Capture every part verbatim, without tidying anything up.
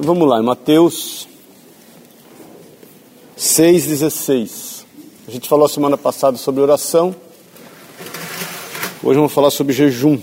Vamos lá, em Mateus seis, dezesseis. A gente falou semana passada sobre oração. Hoje vamos falar sobre jejum.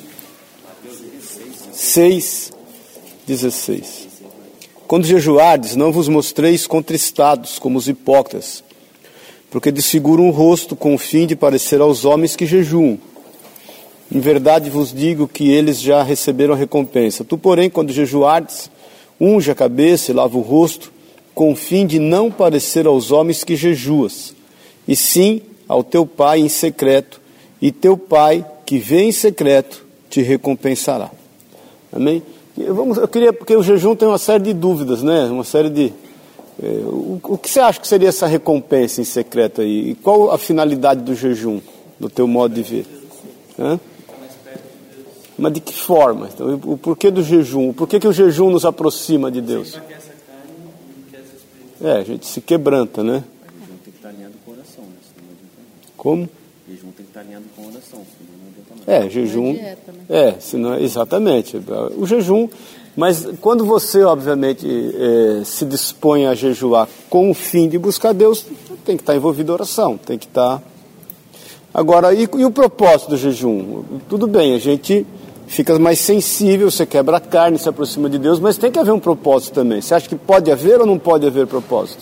seis, dezesseis. Quando jejuardes, não vos mostreis contristados como os hipócritas, porque desfiguram o rosto com o fim de parecer aos homens que jejuam. Em verdade vos digo que eles já receberam a recompensa. Tu, porém, quando jejuardes, unge a cabeça e lava o rosto, com o fim de não parecer aos homens que jejuas, e sim ao teu Pai em secreto, e teu Pai, que vê em secreto, te recompensará. Amém? Eu, vamos, eu queria, porque o jejum tem uma série de dúvidas, né? Uma série de... É, o, o que você acha que seria essa recompensa em secreto aí? E qual a finalidade do jejum, do teu modo de ver? Hã? Mas de que forma? Então, o porquê do jejum? O porquê que o jejum nos aproxima de Deus? É, a gente se quebranta, né? O jejum tem que estar alinhado com a oração, né? Senão não adianta nada. Como? O jejum tem que estar alinhado com a oração, senão não adianta nada. É, jejum... É dieta, né? É, senão, exatamente. O jejum... Mas quando você, obviamente, é, se dispõe a jejuar com o fim de buscar Deus, tem que estar envolvido a oração, tem que estar... Agora, e, e o propósito do jejum? Tudo bem, a gente fica mais sensível, você quebra a carne, se aproxima de Deus, mas tem que haver um propósito também. Você acha que pode haver ou não pode haver propósito?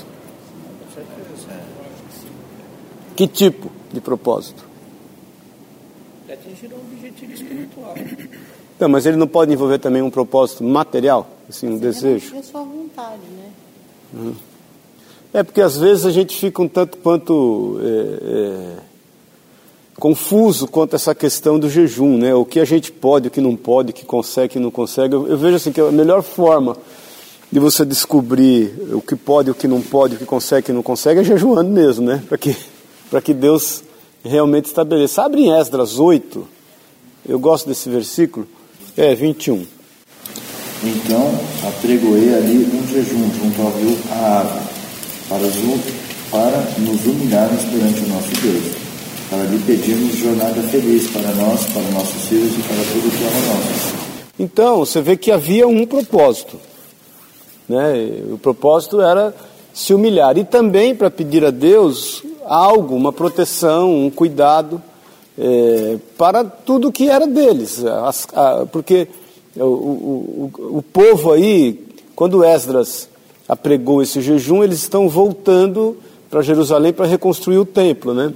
Que tipo de propósito? É atingir um objetivo espiritual. Não, mas ele não pode envolver também um propósito material, assim, um desejo? É a sua vontade, né? Uhum. É porque às vezes a gente fica um tanto quanto é, é, confuso quanto a essa questão do jejum, né? O que a gente pode, o que não pode, o que consegue, o que não consegue. Eu, eu vejo assim que a melhor forma de você descobrir o que pode, o que não pode, o que consegue, o que não consegue é jejuando mesmo, né? Para que, para que Deus realmente estabeleça. Abre em Esdras oito, eu gosto desse versículo. É, vinte e um. Então apregoei ali um jejum junto ao rio Ahava, para, para nos humilharmos perante o nosso Deus, para lhe pedirmos jornada feliz para nós, para nossos filhos e para tudo que é nosso. Então, você vê que havia um propósito, né? O propósito era se humilhar, e também para pedir a Deus algo, uma proteção, um cuidado, É, para tudo que era deles, as, a, porque o, o, o, o povo aí, quando Esdras apregou esse jejum, eles estão voltando para Jerusalém para reconstruir o templo, né?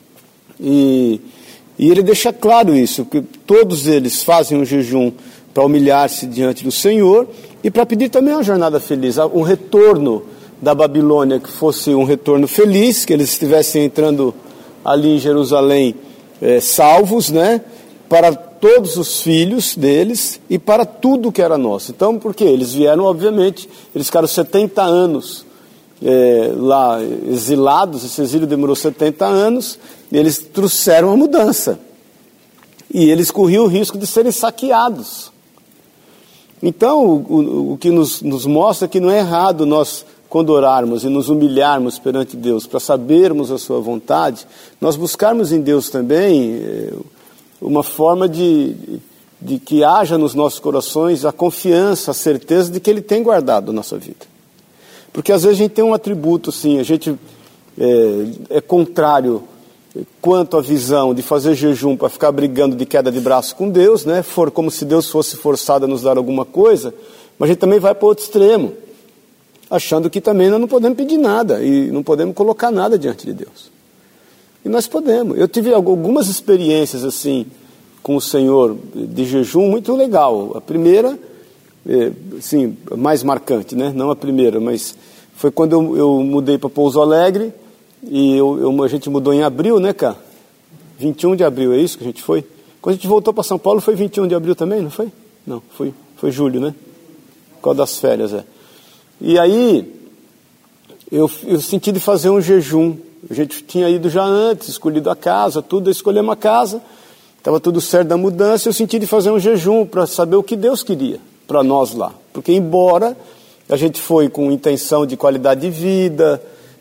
E, e ele deixa claro isso, que todos eles fazem um jejum para humilhar-se diante do Senhor e para pedir também uma jornada feliz, um retorno da Babilônia que fosse um retorno feliz, que eles estivessem entrando ali em Jerusalém É, salvos, né, para todos os filhos deles e para tudo que era nosso. Então, por quê? Eles vieram, obviamente, eles ficaram setenta anos é, lá exilados, esse exílio demorou setenta anos, e eles trouxeram a mudança. E eles corriam o risco de serem saqueados. Então, o, o, o que nos, nos mostra que não é errado nós, quando orarmos e nos humilharmos perante Deus, para sabermos a sua vontade, nós buscarmos em Deus também é, uma forma de, de que haja nos nossos corações a confiança, a certeza de que Ele tem guardado a nossa vida. Porque às vezes a gente tem um atributo, assim, a gente é, é contrário quanto à visão de fazer jejum para ficar brigando de queda de braço com Deus, né? For como se Deus fosse forçado a nos dar alguma coisa, mas a gente também vai para o outro extremo, achando que também nós não podemos pedir nada e não podemos colocar nada diante de Deus. E nós podemos. Eu tive algumas experiências assim com o Senhor de jejum muito legal. A primeira, é, assim, mais marcante, né? Não a primeira, mas foi quando eu, eu mudei para Pouso Alegre e eu, eu, a gente mudou em abril, né, cara? vinte e um de abril, é isso que a gente foi? Quando a gente voltou para São Paulo foi vinte e um de abril também, não foi? Não, foi, foi julho, né? Por causa das férias, é. E aí, eu, eu senti de fazer um jejum. A gente tinha ido já antes, escolhido a casa, tudo, escolhemos a casa, estava tudo certo da mudança, eu senti de fazer um jejum para saber o que Deus queria para nós lá. Porque embora a gente foi com intenção de qualidade de vida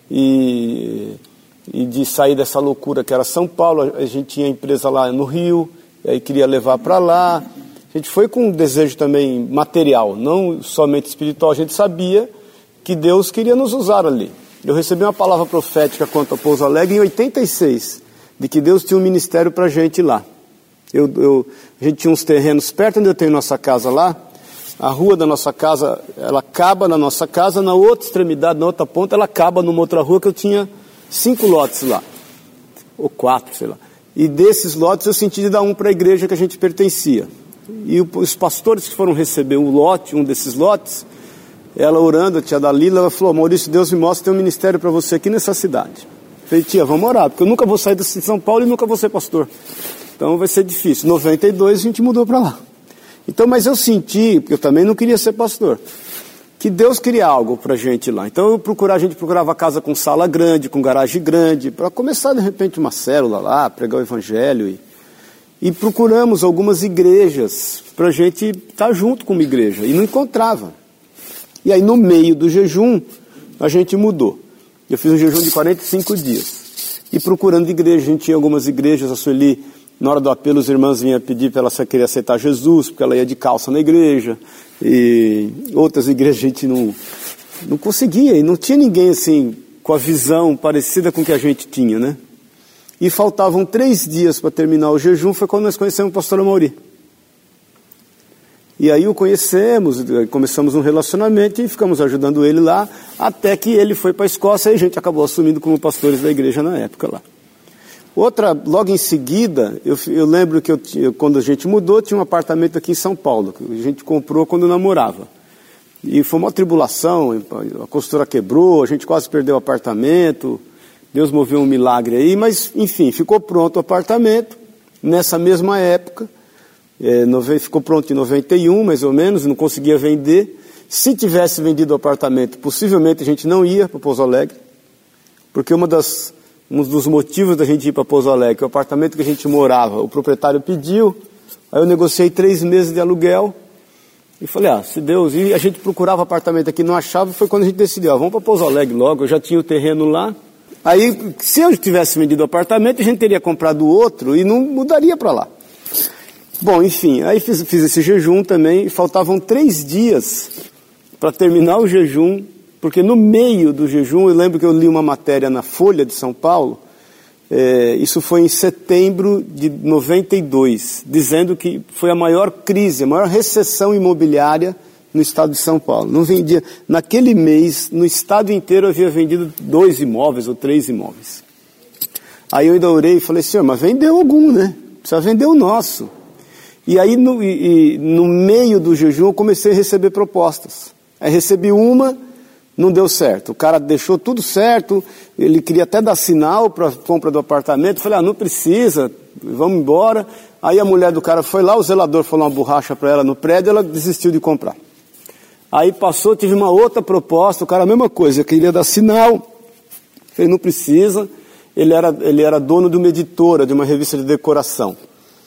e, e de sair dessa loucura que era São Paulo, a gente tinha empresa lá no Rio, aí queria levar para lá, A gente foi com um desejo também material, não somente espiritual. A gente sabia que Deus queria nos usar ali. Eu recebi uma palavra profética quanto a Pouso Alegre em oitenta e seis, de que Deus tinha um ministério para a gente lá. Eu, eu, a gente tinha uns terrenos perto onde eu tenho nossa casa lá. A rua da nossa casa, ela acaba na nossa casa, na outra extremidade, na outra ponta, ela acaba numa outra rua que eu tinha cinco lotes lá, ou quatro, sei lá. E desses lotes eu senti de dar um para a igreja que a gente pertencia. E os pastores que foram receber um lote, um desses lotes, ela orando, a tia Dalila, ela falou: Maurício, Deus me mostra que tem um ministério para você aqui nessa cidade. Eu falei: tia, vamos orar, porque eu nunca vou sair de São Paulo e nunca vou ser pastor. Então vai ser difícil. Em noventa e dois a gente mudou para lá. Então, mas eu senti, porque eu também não queria ser pastor, que Deus queria algo para a gente lá. Então eu procurava, a gente procurava casa com sala grande, com garagem grande, para começar de repente uma célula lá, pregar o evangelho. E, e procuramos algumas igrejas para a gente estar junto com uma igreja, e não encontrava. E aí no meio do jejum, a gente mudou. Eu fiz um jejum de quarenta e cinco dias. E procurando igreja, a gente tinha algumas igrejas, a Sueli, na hora do apelo, os irmãos vinham pedir para ela se queria aceitar Jesus, porque ela ia de calça na igreja. E outras igrejas a gente não, não conseguia, e não tinha ninguém assim, com a visão parecida com o que a gente tinha, né? E faltavam três dias para terminar o jejum, foi quando nós conhecemos o pastor Amauri. E aí o conhecemos, começamos um relacionamento e ficamos ajudando ele lá, até que ele foi para a Escócia e a gente acabou assumindo como pastores da igreja na época lá. Outra, logo em seguida, eu, eu lembro que eu, eu, quando a gente mudou, tinha um apartamento aqui em São Paulo, que a gente comprou quando namorava. E foi uma tribulação, a costura quebrou, a gente quase perdeu o apartamento, Deus moveu um milagre aí, mas enfim, ficou pronto o apartamento, nessa mesma época, é, nove, ficou pronto em noventa e um, mais ou menos, não conseguia vender. Se tivesse vendido o apartamento, possivelmente a gente não ia para Pouso Alegre, porque uma das... Um dos motivos da gente ir para Pouso Alegre, que o apartamento que a gente morava, o proprietário pediu, aí eu negociei três meses de aluguel, e falei, ah, se Deus... E a gente procurava apartamento aqui, não achava, foi quando a gente decidiu, ah, vamos para Pouso Alegre logo, eu já tinha o terreno lá. Aí, se eu tivesse vendido o apartamento, a gente teria comprado outro e não mudaria para lá. Bom, enfim, aí fiz, fiz esse jejum também, e faltavam três dias para terminar o jejum, porque no meio do jejum, eu lembro que eu li uma matéria na Folha de São Paulo, é, isso foi em setembro de noventa e dois, dizendo que foi a maior crise, a maior recessão imobiliária no estado de São Paulo. Não vendia, naquele mês, no estado inteiro havia vendido dois imóveis ou três imóveis. Aí eu ainda orei e falei, senhor, mas vendeu algum, né? Precisa vender o nosso. E aí no, e, e, no meio do jejum eu comecei a receber propostas. Aí recebi uma... Não deu certo, o cara deixou tudo certo, ele queria até dar sinal para a compra do apartamento, falei, ah, não precisa, vamos embora. Aí a mulher do cara foi lá, o zelador falou uma borracha para ela no prédio, ela desistiu de comprar. Aí passou, tive uma outra proposta, o cara a mesma coisa, eu queria dar sinal, falei, não precisa, ele era, ele era dono de uma editora, de uma revista de decoração.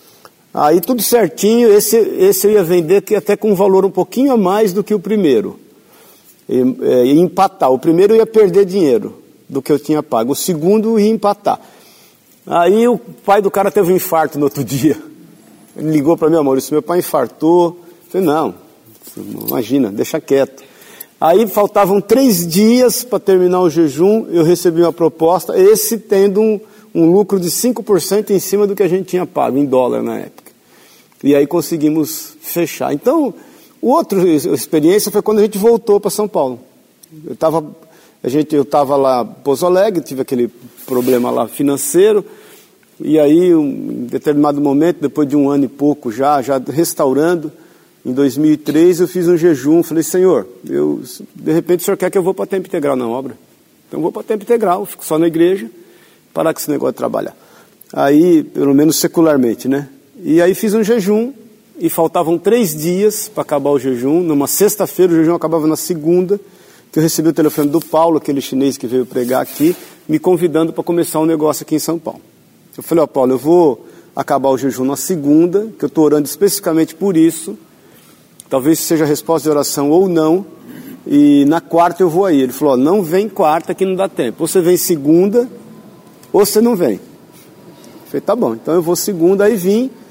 Aí tudo certinho, esse, esse eu ia vender até com um valor um pouquinho a mais do que o primeiro. E, é, ia empatar. O primeiro ia perder dinheiro do que eu tinha pago. O segundo ia empatar. Aí o pai do cara teve um infarto no outro dia. Ele ligou para mim, Maurício, meu pai infartou. Eu falei, não, imagina, deixa quieto. Aí faltavam três dias para terminar o jejum, eu recebi uma proposta, esse tendo um, um lucro de cinco por cento em cima do que a gente tinha pago, em dólar na época. E aí conseguimos fechar. Então... Outra experiência foi quando a gente voltou para São Paulo. Eu estava a gente, eu estava lá em Pouso Alegre, tive aquele problema lá financeiro, e aí, um, em determinado momento, depois de um ano e pouco já, já restaurando, em dois mil e três eu fiz um jejum, falei, Senhor, eu, de repente o Senhor quer que eu vou para tempo integral na obra. Então eu vou para tempo integral, fico só na igreja, parar com esse negócio de trabalhar. Aí, pelo menos secularmente, né? E aí fiz um jejum, e faltavam três dias para acabar o jejum. Numa sexta-feira, o jejum acabava na segunda, que eu recebi o telefone do Paulo, aquele chinês que veio pregar aqui, me convidando para começar um negócio aqui em São Paulo. Eu falei, ó oh, Paulo, eu vou acabar o jejum na segunda, que eu estou orando especificamente por isso, talvez seja a resposta de oração ou não, e na quarta eu vou aí. Ele falou, oh, não vem quarta que não dá tempo, ou você vem segunda, ou você não vem. Eu falei, tá bom, então eu vou segunda, aí vim.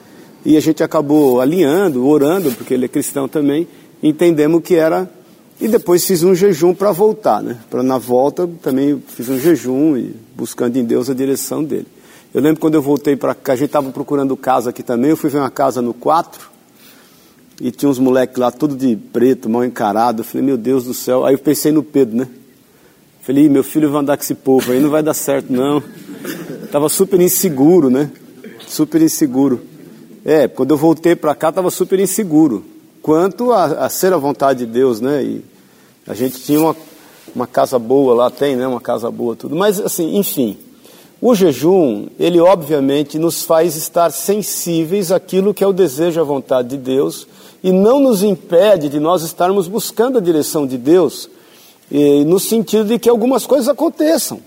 e a gente acabou alinhando, orando, porque ele é cristão também, entendemos que era, e depois fiz um jejum para voltar, né? Para na volta também fiz um jejum, e buscando em Deus a direção dele. Eu lembro quando eu voltei para cá, a gente estava procurando casa aqui também, eu fui ver uma casa no quatro, e tinha uns moleques lá, tudo de preto, mal encarado. Eu falei, meu Deus do céu. Aí eu pensei no Pedro, né? Falei, meu filho vai andar com esse povo aí, não vai dar certo não. Estava super inseguro, né? Super inseguro. É, quando eu voltei para cá, estava super inseguro. Quanto a, a ser a vontade de Deus, né? E a gente tinha uma, uma casa boa lá, tem, né? Uma casa boa, tudo. Mas, assim, enfim, o jejum, ele obviamente nos faz estar sensíveis àquilo que é o desejo e a vontade de Deus, e não nos impede de nós estarmos buscando a direção de Deus, e, no sentido de que algumas coisas aconteçam.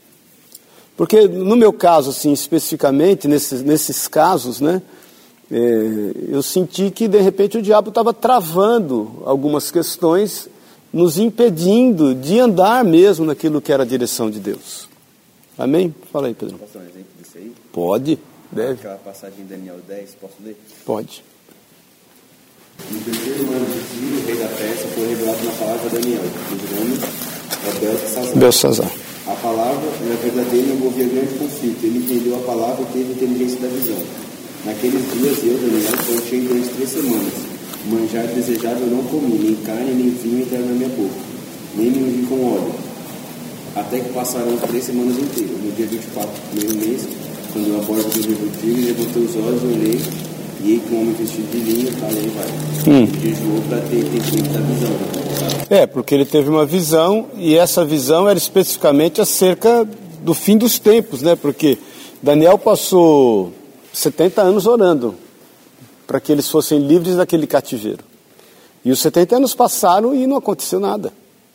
Porque no meu caso, assim, especificamente, nesses, nesses casos, né, é, eu senti que de repente o diabo estava travando algumas questões, nos impedindo de andar mesmo naquilo que era a direção de Deus. Amém? Fala aí, Pedro. Posso dar um exemplo disso aí? Pode, deve. Aquela passagem de Daniel dez, posso ler? Pode. No terceiro ano de Ciro, rei da Pérsia, foi revelado na palavra a Daniel, cujo nome é Beltesazar. Beltesazar. A palavra era verdadeira e envolvia grande conflito. Ele entendeu a palavra e teve inteligência da visão. Naqueles dias, eu, Daniel, planchei durante três semanas. Manjar desejável não comi, nem carne, nem vinho entraram na minha boca, nem me ungi com óleo. Até que passaram três semanas inteiras. No dia vinte e quatro do primeiro mês, quando eu abordo do livro do trigo, levantei os olhos, olhei, e aí com um homem vestido de linho, tá, aí vai. Hum. Ele jejuou para ter inteligência da visão. É, porque ele teve uma visão, e essa visão era especificamente acerca do fim dos tempos, né? Porque Daniel passou setenta anos orando para que eles fossem livres daquele cativeiro. E os setenta anos passaram e não aconteceu nada.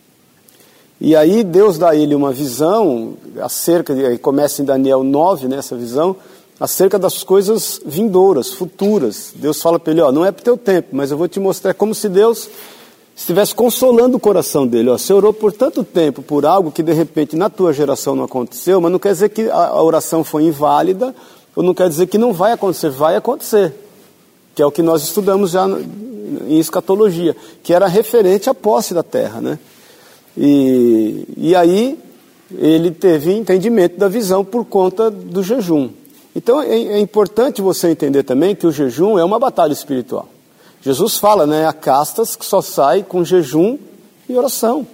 E aí Deus dá a ele uma visão acerca, de, começa em Daniel nove, né, essa visão, acerca das coisas vindouras, futuras. Deus fala para ele, ó, não é para o teu tempo, mas eu vou te mostrar. É como se Deus estivesse consolando o coração dele. Ó, você orou por tanto tempo por algo que de repente na tua geração não aconteceu, mas não quer dizer que a, a oração foi inválida, ou não quer dizer que não vai acontecer, vai acontecer. Que é o que nós estudamos já no, em escatologia, que era referente à posse da terra, né? E, e aí ele teve entendimento da visão por conta do jejum. Então é, é importante você entender também que o jejum é uma batalha espiritual. Jesus fala, né, há castas que só saem com jejum e oração.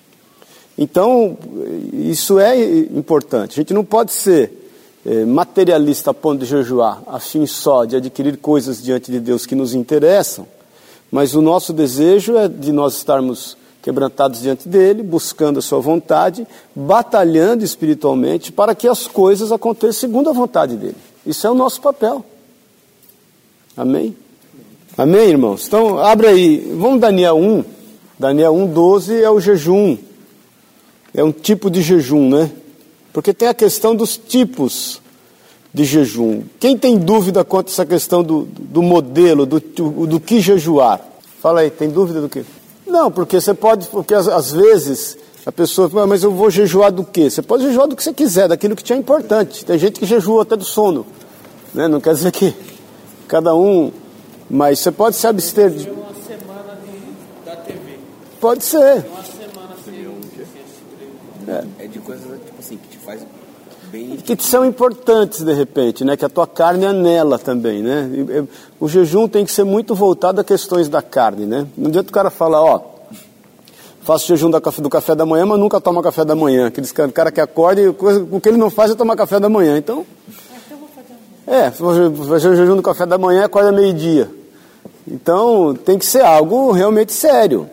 Então isso é importante. A gente não pode ser é, materialista a ponto de jejuar, a fim só de adquirir coisas diante de Deus que nos interessam, mas o nosso desejo é de nós estarmos quebrantados diante dele, buscando a sua vontade, batalhando espiritualmente para que as coisas aconteçam segundo a vontade dele. Isso é o nosso papel. Amém? Amém, irmãos? Então, abre aí, vamos Daniel um. Daniel um, doze é o jejum. É um tipo de jejum, né? Porque tem a questão dos tipos de jejum. Quem tem dúvida quanto a essa questão do, do modelo, do, do, do que jejuar? Fala aí, tem dúvida do que? Não, porque você pode, porque às, às vezes a pessoa fala, mas eu vou jejuar do quê? Você pode jejuar do que você quiser, daquilo que te é importante. Tem gente que jejua até do sono, né? Não quer dizer que cada um, mas você pode se abster de... Uma semana de, da T V. Pode ser. Uma semana sem um é. é de coisas tipo assim, que te faz bem... Que te são importantes de repente, né? Que a tua carne anela também, né? O jejum tem que ser muito voltado a questões da carne, né? Não adianta o cara falar, ó, faço jejum do café da manhã, mas nunca toma café da manhã. Aqueles cara que acorda e o que ele não faz é tomar café da manhã. Então, é, fazer o jejum do café da manhã, acorda meio-dia. Então, tem que ser algo realmente sério.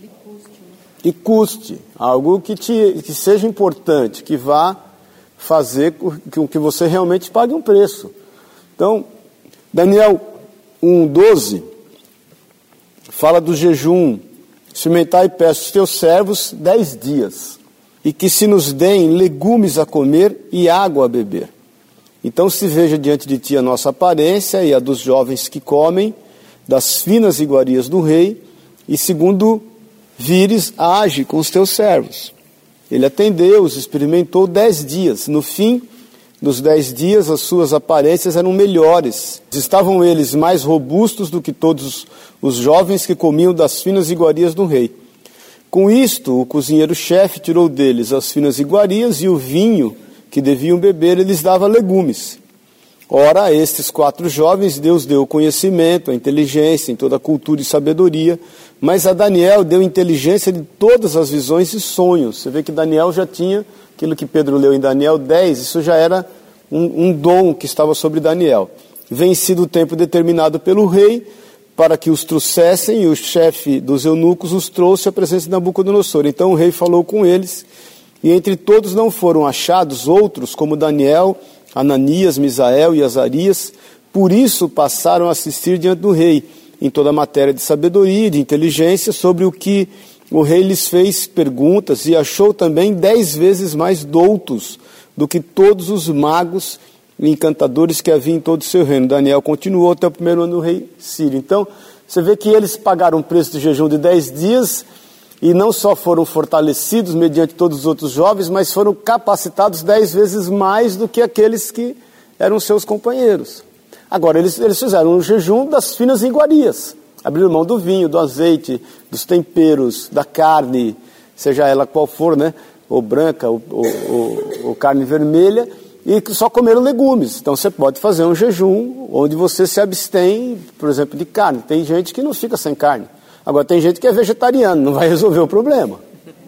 Que custe. Algo que, te, que seja importante, que vá fazer com que você realmente pague um preço. Então, Daniel um, doze, fala do jejum. Experimentai e peço aos teus servos dez dias, e que se nos deem legumes a comer e água a beber. Então se veja diante de ti a nossa aparência e a dos jovens que comem, das finas iguarias do rei, e segundo vires, age com os teus servos. Ele atendeu, os experimentou dez dias. No fim, dos dez dias, as suas aparências eram melhores. Estavam eles mais robustos do que todos os jovens que comiam das finas iguarias do rei. Com isto, o cozinheiro-chefe tirou deles as finas iguarias e o vinho que deviam beber, eles dava legumes. Ora, a estes quatro jovens Deus deu o conhecimento, a inteligência, em toda a cultura e sabedoria, mas a Daniel deu inteligência de todas as visões e sonhos. Você vê que Daniel já tinha, aquilo que Pedro leu em Daniel dez, isso já era um, um dom que estava sobre Daniel. Vencido o tempo determinado pelo rei, para que os trouxessem, e o chefe dos eunucos os trouxe à presença de Nabucodonosor. Então o rei falou com eles, e entre todos não foram achados outros como Daniel, Ananias, Misael e Azarias. Por isso passaram a assistir diante do rei, em toda a matéria de sabedoria e de inteligência, sobre o que o rei lhes fez perguntas, e achou também dez vezes mais doutos do que todos os magos e encantadores que havia em todo o seu reino. Daniel continuou até o primeiro ano do rei Sírio. Então, você vê que eles pagaram um preço de jejum de dez dias, e não só foram fortalecidos mediante todos os outros jovens, mas foram capacitados dez vezes mais do que aqueles que eram seus companheiros. Agora, eles, eles fizeram um jejum das finas iguarias. Abriram mão do vinho, do azeite, dos temperos, da carne, seja ela qual for, né? Ou branca, ou, ou, ou, ou carne vermelha, e só comeram legumes. Então você pode fazer um jejum onde você se abstém, por exemplo, de carne. Tem gente que não fica sem carne. Agora tem gente que é vegetariano, não vai resolver o problema.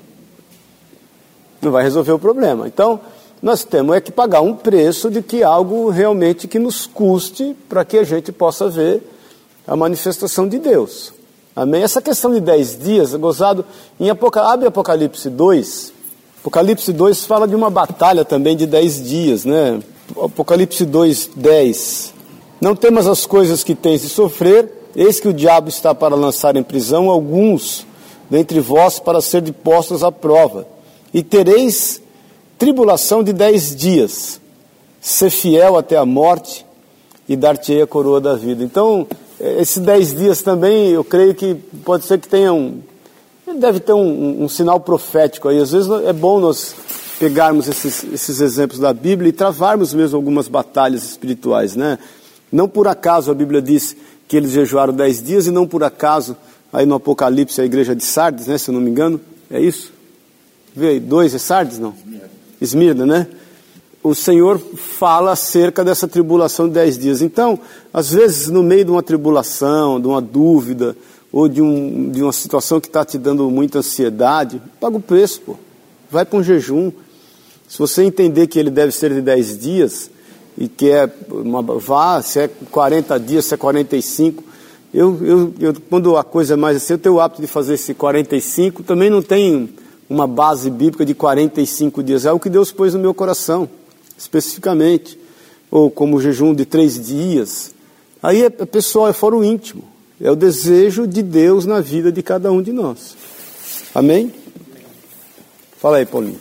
Não vai resolver o problema. Então, nós temos é que pagar um preço de que algo realmente que nos custe para que a gente possa ver a manifestação de Deus. Amém? Essa questão de dez dias, gozado, em Apocalipse, abre Apocalipse dois. Apocalipse dois fala de uma batalha também de dez dias, né? Apocalipse dois, dez. Não temas as coisas que tens de sofrer, eis que o diabo está para lançar em prisão alguns dentre vós para serem postos à prova. E tereis tribulação de dez dias. Ser fiel até a morte e dar-te-ei a coroa da vida. Então, esses dez dias também, eu creio que pode ser que tenha um... Deve ter um, um, um sinal profético aí. Às vezes é bom nós pegarmos esses, esses exemplos da Bíblia e travarmos mesmo algumas batalhas espirituais, né? Não por acaso a Bíblia diz que eles jejuaram dez dias, e não por acaso, aí no Apocalipse, a igreja de Sardes, né, se eu não me engano, é isso? Vê aí, dois é Sardes, não? Esmirna, né? O Senhor fala acerca dessa tribulação de dez dias. Então, às vezes, no meio de uma tribulação, de uma dúvida, ou de, um, de uma situação que está te dando muita ansiedade, paga o preço, pô. Vai para um jejum. Se você entender que ele deve ser de dez dias, e que é uma, vá, se é quarenta dias, se é quarenta e cinco, eu, eu, eu, quando a coisa é mais assim, eu tenho o hábito de fazer esse quarenta e cinco, também não tem uma base bíblica de quarenta e cinco dias, é o que Deus pôs no meu coração, especificamente, ou como o jejum de três dias, aí é, é pessoal, é fora o íntimo, é o desejo de Deus na vida de cada um de nós, amém? Fala aí, Paulinho.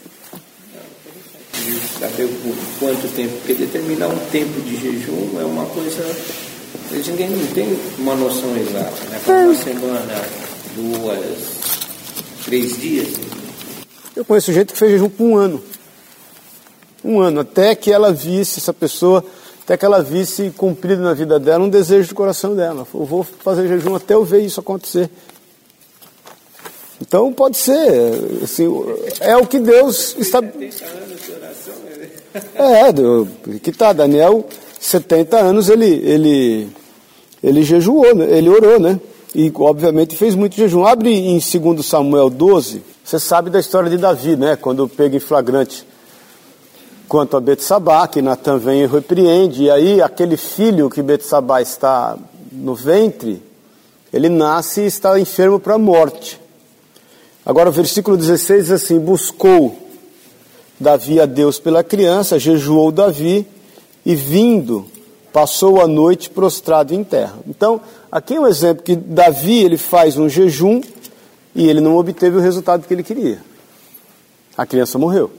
Saber por quanto tempo, porque determinar um tempo de jejum é uma coisa, ninguém não tem uma noção exata, né? Para uma semana, duas, três dias. Eu conheço gente que fez jejum por um ano, um ano, até que ela visse essa pessoa, até que ela visse cumprido na vida dela um desejo do coração dela. Eu vou fazer jejum até eu ver isso acontecer. Então pode ser, assim, é o que Deus está... É, que tá, Daniel, setenta anos, ele, ele, ele jejuou, né? Ele orou, né? E obviamente fez muito jejum. Abre em segundo Samuel doze, você sabe da história de Davi, né? Quando pega em flagrante quanto a Betsabá, que Natan vem e repreende, e aí aquele filho que Betsabá está no ventre, ele nasce e está enfermo para a morte. Agora o versículo dezesseis diz assim: buscou Davi a Deus pela criança, jejuou Davi, e vindo, passou a noite prostrado em terra. Então, aqui é um exemplo que Davi, ele faz um jejum, e ele não obteve o resultado que ele queria. A criança morreu.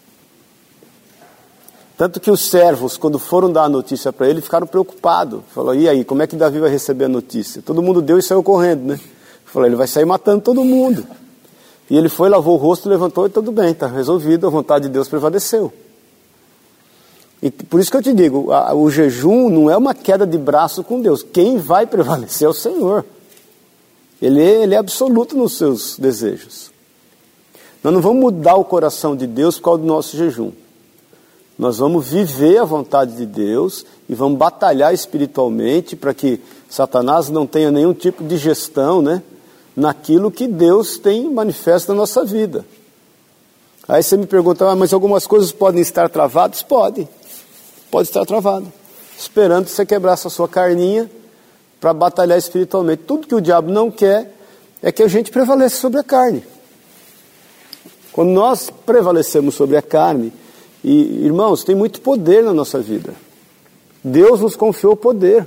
Tanto que os servos, quando foram dar a notícia para ele, ficaram preocupados. Falaram, e aí, como é que Davi vai receber a notícia? Todo mundo deu e saiu correndo, né? Falou, ele vai sair matando todo mundo. E ele foi, lavou o rosto, levantou e tudo bem, está resolvido, a vontade de Deus prevaleceu. E por isso que eu te digo, a, o jejum não é uma queda de braço com Deus. Quem vai prevalecer é o Senhor. Ele, ele é absoluto nos seus desejos. Nós não vamos mudar o coração de Deus por causa do nosso jejum. Nós vamos viver a vontade de Deus e vamos batalhar espiritualmente para que Satanás não tenha nenhum tipo de gestão, né, naquilo que Deus tem manifesto na nossa vida. Aí você me pergunta, ah, mas algumas coisas podem estar travadas? Pode. Pode estar travado. Esperando você quebrar essa sua carninha para batalhar espiritualmente. Tudo que o diabo não quer é que a gente prevaleça sobre a carne. Quando nós prevalecemos sobre a carne, e irmãos, tem muito poder na nossa vida. Deus nos confiou poder.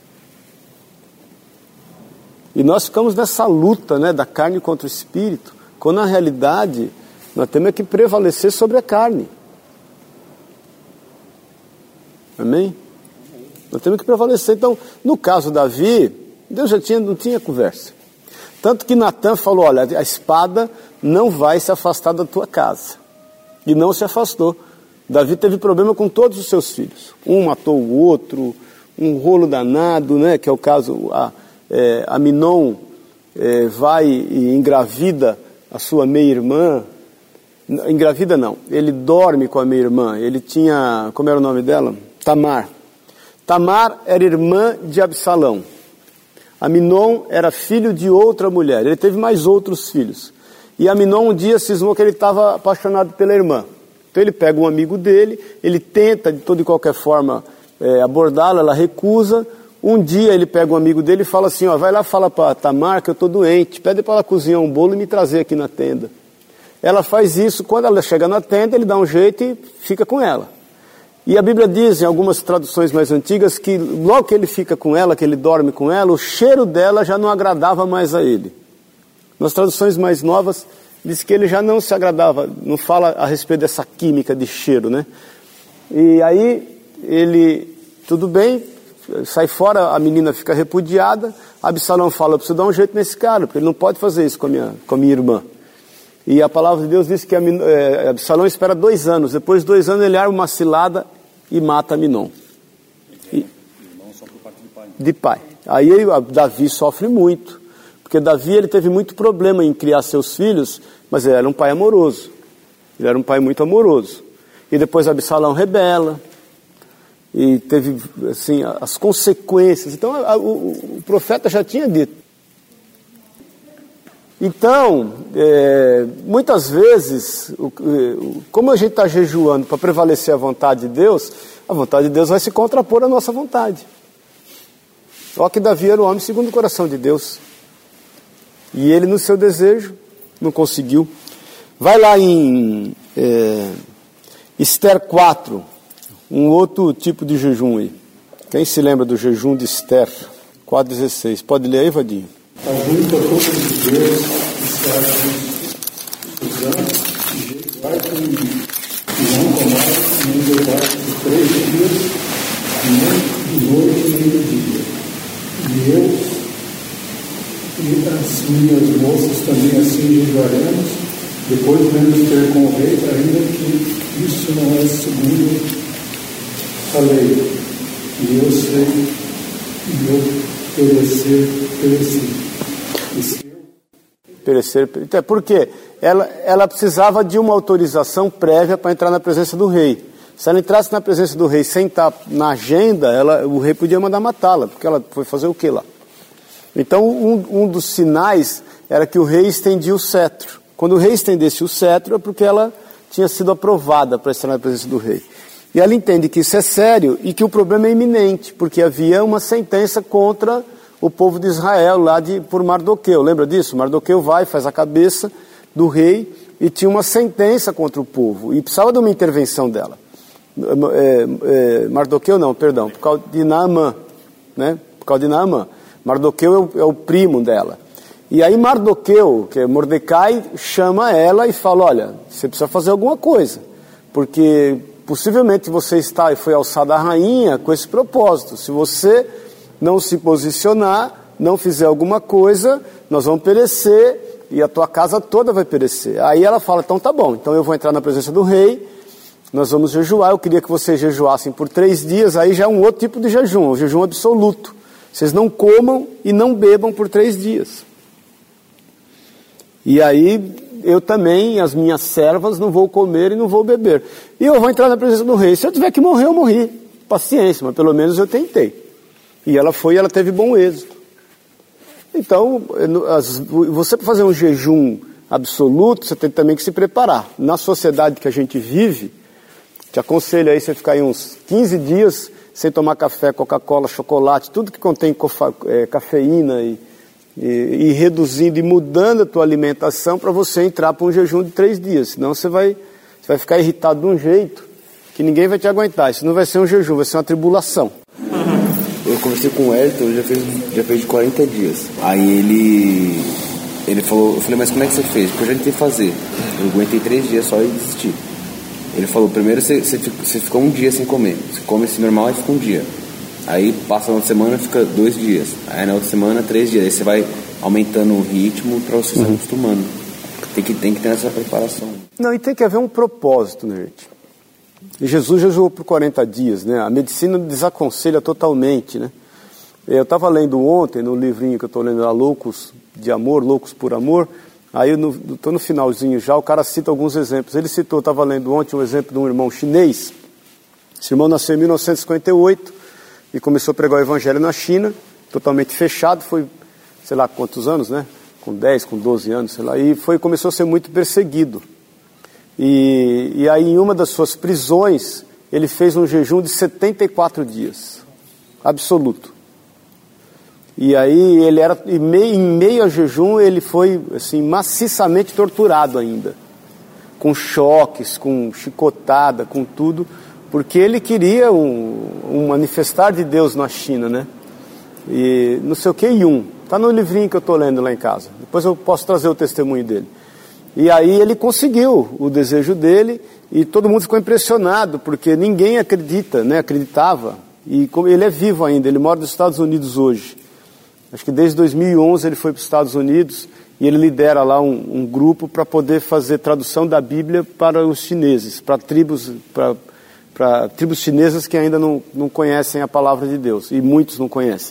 E nós ficamos nessa luta, né, da carne contra o espírito, quando na realidade nós temos que prevalecer sobre a carne. Amém? Nós temos que prevalecer. Então, no caso de Davi, Deus já tinha, não tinha conversa. Tanto que Natan falou, olha, a espada não vai se afastar da tua casa. E não se afastou. Davi teve problema com todos os seus filhos. Um matou o outro, um rolo danado, né, que é o caso, a, é, Aminon é, vai e engravida a sua meia-irmã. Engravida não, ele dorme com a meia-irmã. Ele tinha, como era o nome dela? Tamar. Tamar era irmã de Absalão. Aminon era filho de outra mulher. Ele teve mais outros filhos. E Aminon um dia cismou que ele estava apaixonado pela irmã. Então ele pega um amigo dele, ele tenta de toda e qualquer forma é, abordá-la, ela recusa. Um dia ele pega um amigo dele e fala assim, ó, vai lá, fala para Tamar que eu estou doente, pede para ela cozinhar um bolo e me trazer aqui na tenda. Ela faz isso, quando ela chega na tenda, ele dá um jeito e fica com ela. E a Bíblia diz, em algumas traduções mais antigas, que logo que ele fica com ela, que ele dorme com ela, o cheiro dela já não agradava mais a ele. Nas traduções mais novas, diz que ele já não se agradava, não fala a respeito dessa química de cheiro, né? E aí, ele, tudo bem, sai fora, a menina fica repudiada, Absalão fala, eu preciso dar um jeito nesse cara, porque ele não pode fazer isso com a minha, com a minha irmã. E a palavra de Deus diz que a, é, Absalão espera dois anos, depois de dois anos ele arma uma cilada e mata Aminon. E, de pai. Aí ele, Davi sofre muito, porque Davi ele teve muito problema em criar seus filhos, mas ele era um pai amoroso. Ele era um pai muito amoroso. E depois Absalão rebela, e teve assim, as consequências. Então a, a, o, o profeta já tinha dito. Então, é, muitas vezes, o, o, como a gente está jejuando para prevalecer a vontade de Deus, a vontade de Deus vai se contrapor à nossa vontade. Só que Davi era o homem segundo o coração de Deus. E ele, no seu desejo, não conseguiu. Vai lá em é, Esther quatro, um outro tipo de jejum aí. Quem se lembra do jejum de Esther? quatro dezesseis. Pode ler aí, Vadinho? Ajunta todos os deuses que se acham usando, e jejuar com não comer, nem beber por três dias, nem de noite, nem de dia. E eu e as minhas moças também assim jejuaremos, depois vamos ter com o rei, ainda que isso não é segundo a lei. E eu sei, e eu perecer, pereci. Perecer, então, por quê? Ela, ela precisava de uma autorização prévia para entrar na presença do rei. Se ela entrasse na presença do rei sem estar na agenda, ela, o rei podia mandar matá-la, porque ela foi fazer o quê lá? Então, um, um dos sinais era que o rei estendia o cetro. Quando o rei estendesse o cetro, é porque ela tinha sido aprovada para estar na presença do rei. E ela entende que isso é sério e que o problema é iminente, porque havia uma sentença contra o povo de Israel lá de, por Mardoqueu. Lembra disso? Mardoqueu vai, faz a cabeça do rei e tinha uma sentença contra o povo. E precisava de uma intervenção dela. É, é, Mardoqueu não, perdão, por causa de Naamã. Né? Por causa de Naamã. Mardoqueu é o, é o primo dela. E aí Mardoqueu, que é Mordecai, chama ela e fala, olha, você precisa fazer alguma coisa. Porque possivelmente você está e foi alçada a rainha com esse propósito. Se você não se posicionar, não fizer alguma coisa, nós vamos perecer e a tua casa toda vai perecer. Aí ela fala, então tá bom, então eu vou entrar na presença do rei nós vamos jejuar, eu queria que vocês jejuassem por três dias, aí já é um outro tipo de jejum, o jejum absoluto. Vocês não comam e não bebam por três dias. E aí, eu também, as minhas servas, não vou comer e não vou beber. E eu vou entrar na presença do rei. Se eu tiver que morrer, eu morri. Paciência, mas pelo menos eu tentei. E ela foi e ela teve bom êxito. Então, as, você para fazer um jejum absoluto, você tem também que se preparar. Na sociedade que a gente vive, te aconselho aí você ficar aí uns quinze dias sem tomar café, Coca-Cola, chocolate, tudo que contém cofa, é, cafeína e, e, e reduzindo e mudando a tua alimentação para você entrar para um jejum de três dias. Senão você vai, você vai ficar irritado de um jeito que ninguém vai te aguentar. Isso não vai ser um jejum, vai ser uma tribulação. Eu conversei com o Elton, já fez, já fez de quarenta dias. Aí ele, ele falou, eu falei, mas como é que você fez? Porque eu já tentei fazer. Eu aguentei três dias só e desisti. Ele falou, primeiro você, você, você fica um dia sem comer. Você come esse normal e fica um dia. Aí passa uma semana, fica dois dias. Aí na outra semana, três dias. Aí você vai aumentando o ritmo para você uhum. se acostumando. Tem que, tem que ter essa preparação. Não, e tem que haver um propósito, né, gente? E Jesus jejuou por quarenta dias, né? A medicina desaconselha totalmente, né? Eu estava lendo ontem, no livrinho que eu estou lendo lá, Loucos de Amor, Loucos por Amor. Aí eu estou no finalzinho já, o cara cita alguns exemplos. Ele citou, estava lendo ontem um exemplo de um irmão chinês. Esse irmão nasceu em mil novecentos e cinquenta e oito e começou a pregar o evangelho na China, totalmente fechado, foi, sei lá quantos anos, né? Com dez, com doze anos, sei lá, e foi, começou a ser muito perseguido. E, e aí em uma das suas prisões, ele fez um jejum de setenta e quatro dias, absoluto. E aí ele era, em meio, em meio ao jejum, ele foi assim, maciçamente torturado ainda, com choques, com chicotada, com tudo, porque ele queria um, um manifestar de Deus na China, né? E não sei o que, Yun, está no livrinho que eu estou lendo lá em casa, depois eu posso trazer o testemunho dele. E aí ele conseguiu o desejo dele e todo mundo ficou impressionado, porque ninguém acredita, né? Acreditava, e como ele é vivo ainda, ele mora nos Estados Unidos hoje. Acho que desde dois mil e onze ele foi para os Estados Unidos e ele lidera lá um, um grupo para poder fazer tradução da Bíblia para os chineses, para tribos, para, para tribos chinesas que ainda não, não conhecem a palavra de Deus, e muitos não conhecem.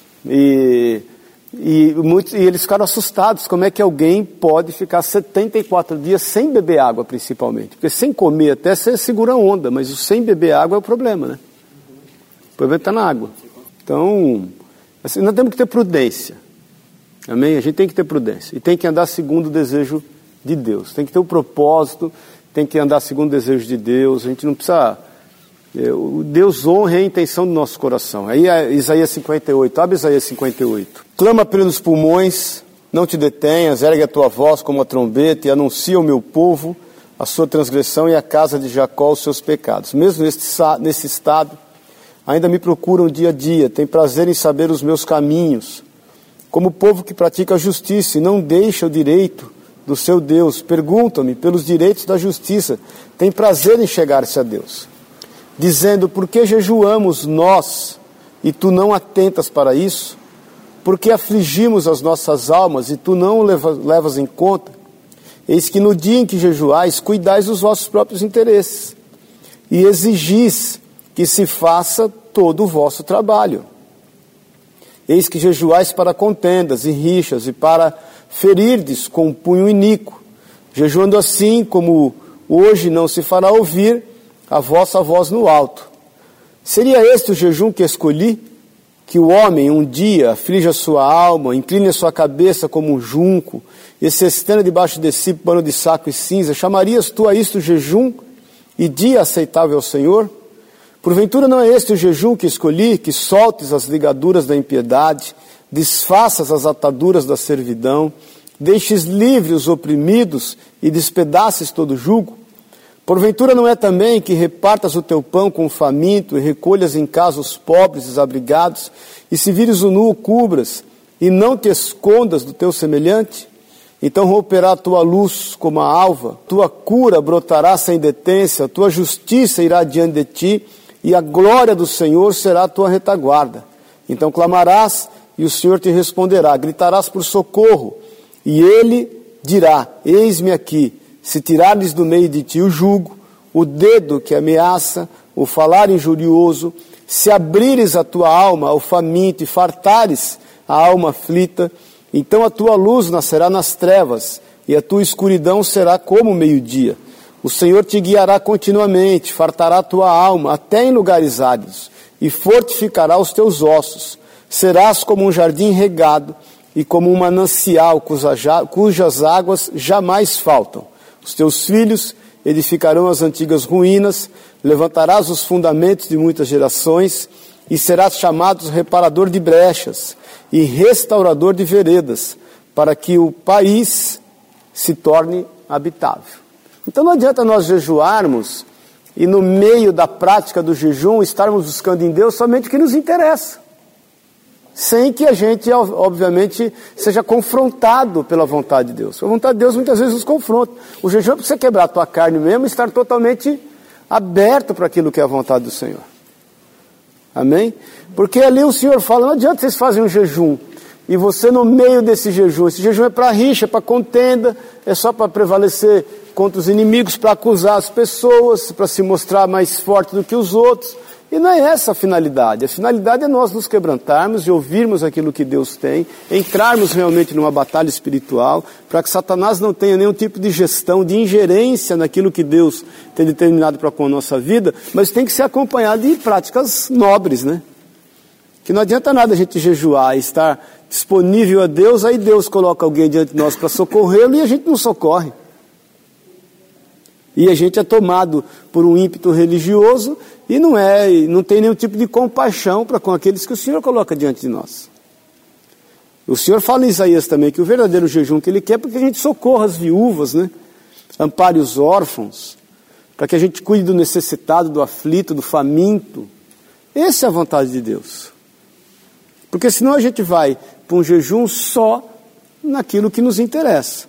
E, e, muitos, e eles ficaram assustados, como é que alguém pode ficar setenta e quatro dias sem beber água, principalmente? Porque sem comer até você segura a onda, mas o sem beber água é o problema, né? O problema está na água. Então... assim, nós temos que ter prudência, amém? A gente tem que ter prudência e tem que andar segundo o desejo de Deus, tem que ter o propósito, tem que andar segundo o desejo de Deus. A gente não precisa, Deus honra a intenção do nosso coração. Aí é Isaías cinquenta e oito, abre Isaías cinquenta e oito. Clama pelos pulmões, não te detenhas, ergue a tua voz como a trombeta e anuncia ao meu povo a sua transgressão e à casa de Jacó os seus pecados. Mesmo nesse, nesse estado, ainda me procuram dia a dia, têm prazer em saber os meus caminhos. Como povo que pratica a justiça e não deixa o direito do seu Deus, perguntam-me pelos direitos da justiça, têm prazer em chegar-se a Deus. Dizendo, por que jejuamos nós e tu não atentas para isso? Por que afligimos as nossas almas e tu não levas, levas em conta? Eis que no dia em que jejuais, cuidais dos vossos próprios interesses e exigis que se faça todo o vosso trabalho. Eis que jejuais para contendas e rixas e para ferirdes com um punho iníquo, jejuando assim como hoje não se fará ouvir a vossa voz no alto. Seria este o jejum que escolhi? Que o homem um dia aflige a sua alma, incline a sua cabeça como um junco, e se estenda debaixo de si pano de saco e cinza, chamarias tu a isto jejum e dia aceitável ao Senhor? Porventura não é este o jejum que escolhi, que soltes as ligaduras da impiedade, desfaças as ataduras da servidão, deixes livres os oprimidos e despedaces todo jugo? Porventura não é também que repartas o teu pão com o faminto e recolhas em casa os pobres e desabrigados, e se vires o nu o cubras, e não te escondas do teu semelhante? Então romperá a tua luz como a alva, tua cura brotará sem detência, tua justiça irá diante de ti, e a glória do Senhor será a tua retaguarda. Então clamarás, e o Senhor te responderá, gritarás por socorro, e Ele dirá, eis-me aqui. Se tirares do meio de ti o jugo, o dedo que ameaça, o falar injurioso, se abrires a tua alma ao faminto e fartares a alma aflita, então a tua luz nascerá nas trevas, e a tua escuridão será como o meio-dia. O Senhor te guiará continuamente, fartará a tua alma até em lugares áridos, e fortificará os teus ossos. Serás como um jardim regado, e como um manancial cujas águas jamais faltam. Os teus filhos edificarão as antigas ruínas, levantarás os fundamentos de muitas gerações, e serás chamado reparador de brechas e restaurador de veredas, para que o país se torne habitável. Então não adianta nós jejuarmos e no meio da prática do jejum estarmos buscando em Deus somente o que nos interessa, sem que a gente, obviamente, seja confrontado pela vontade de Deus. A vontade de Deus muitas vezes nos confronta. O jejum é para você quebrar a tua carne mesmo e estar totalmente aberto para aquilo que é a vontade do Senhor. Amém? Porque ali o Senhor fala, não adianta vocês fazerem um jejum e você no meio desse jejum, esse jejum é para rixa, é para contenda, é só para prevalecer contra os inimigos, para acusar as pessoas, para se mostrar mais forte do que os outros. E não é essa a finalidade. A finalidade é nós nos quebrantarmos e ouvirmos aquilo que Deus tem, entrarmos realmente numa batalha espiritual, para que Satanás não tenha nenhum tipo de gestão, de ingerência naquilo que Deus tem determinado para com a nossa vida, mas tem que ser acompanhado de práticas nobres, né? Que não adianta nada a gente jejuar e estar disponível a Deus, aí Deus coloca alguém diante de nós para socorrê-lo e a gente não socorre. E a gente é tomado por um ímpeto religioso e não é, não tem nenhum tipo de compaixão para com aqueles que o Senhor coloca diante de nós. O Senhor fala em Isaías também que o verdadeiro jejum que Ele quer é para que a gente socorra as viúvas, né? Ampare os órfãos, para que a gente cuide do necessitado, do aflito, do faminto. Essa é a vontade de Deus. Porque senão a gente vai para um jejum só naquilo que nos interessa.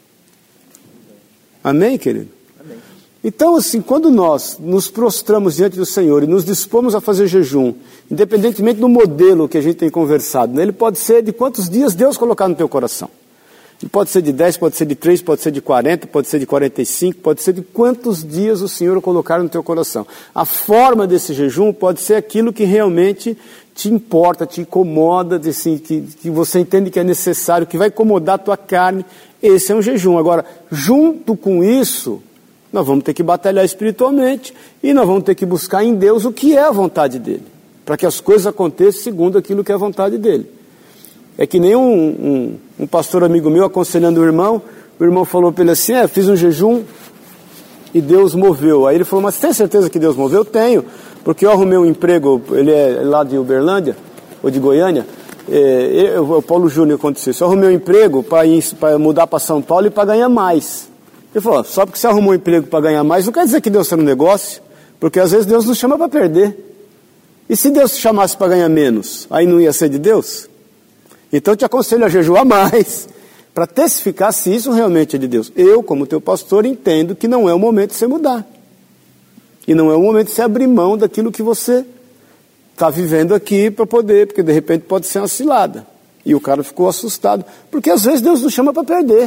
Amém, querido? Amém. Então, assim, quando nós nos prostramos diante do Senhor e nos dispomos a fazer jejum, independentemente do modelo que a gente tem conversado, né, ele pode ser de quantos dias Deus colocar no teu coração. Ele pode ser de dez, pode ser de três, pode ser de quarenta, pode ser de quarenta e cinco, pode ser de quantos dias o Senhor colocar no teu coração. A forma desse jejum pode ser aquilo que realmente te importa, te incomoda, assim, que, que você entende que é necessário, que vai incomodar a tua carne. Esse é um jejum. Agora, junto com isso, nós vamos ter que batalhar espiritualmente e nós vamos ter que buscar em Deus o que é a vontade dEle, para que as coisas aconteçam segundo aquilo que é a vontade dEle. É que nem um, um, um pastor amigo meu aconselhando o irmão, o irmão falou para ele assim, é, fiz um jejum e Deus moveu. Aí ele falou, mas tem certeza que Deus moveu? Eu tenho, porque eu arrumei um emprego, ele é lá de Uberlândia, ou de Goiânia, é, eu, o Paulo Júnior aconteceu isso, eu arrumei um emprego para mudar para São Paulo e para ganhar mais. Ele falou, só porque você arrumou um emprego para ganhar mais, não quer dizer que Deus está no negócio, porque às vezes Deus nos chama para perder. E se Deus te chamasse para ganhar menos, aí não ia ser de Deus? Então eu te aconselho a jejuar mais, para testificar se isso realmente é de Deus. Eu, como teu pastor, entendo que não é o momento de você mudar. E não é o momento de você abrir mão daquilo que você está vivendo aqui para poder, porque de repente pode ser uma cilada. E o cara ficou assustado, porque às vezes Deus nos chama para perder.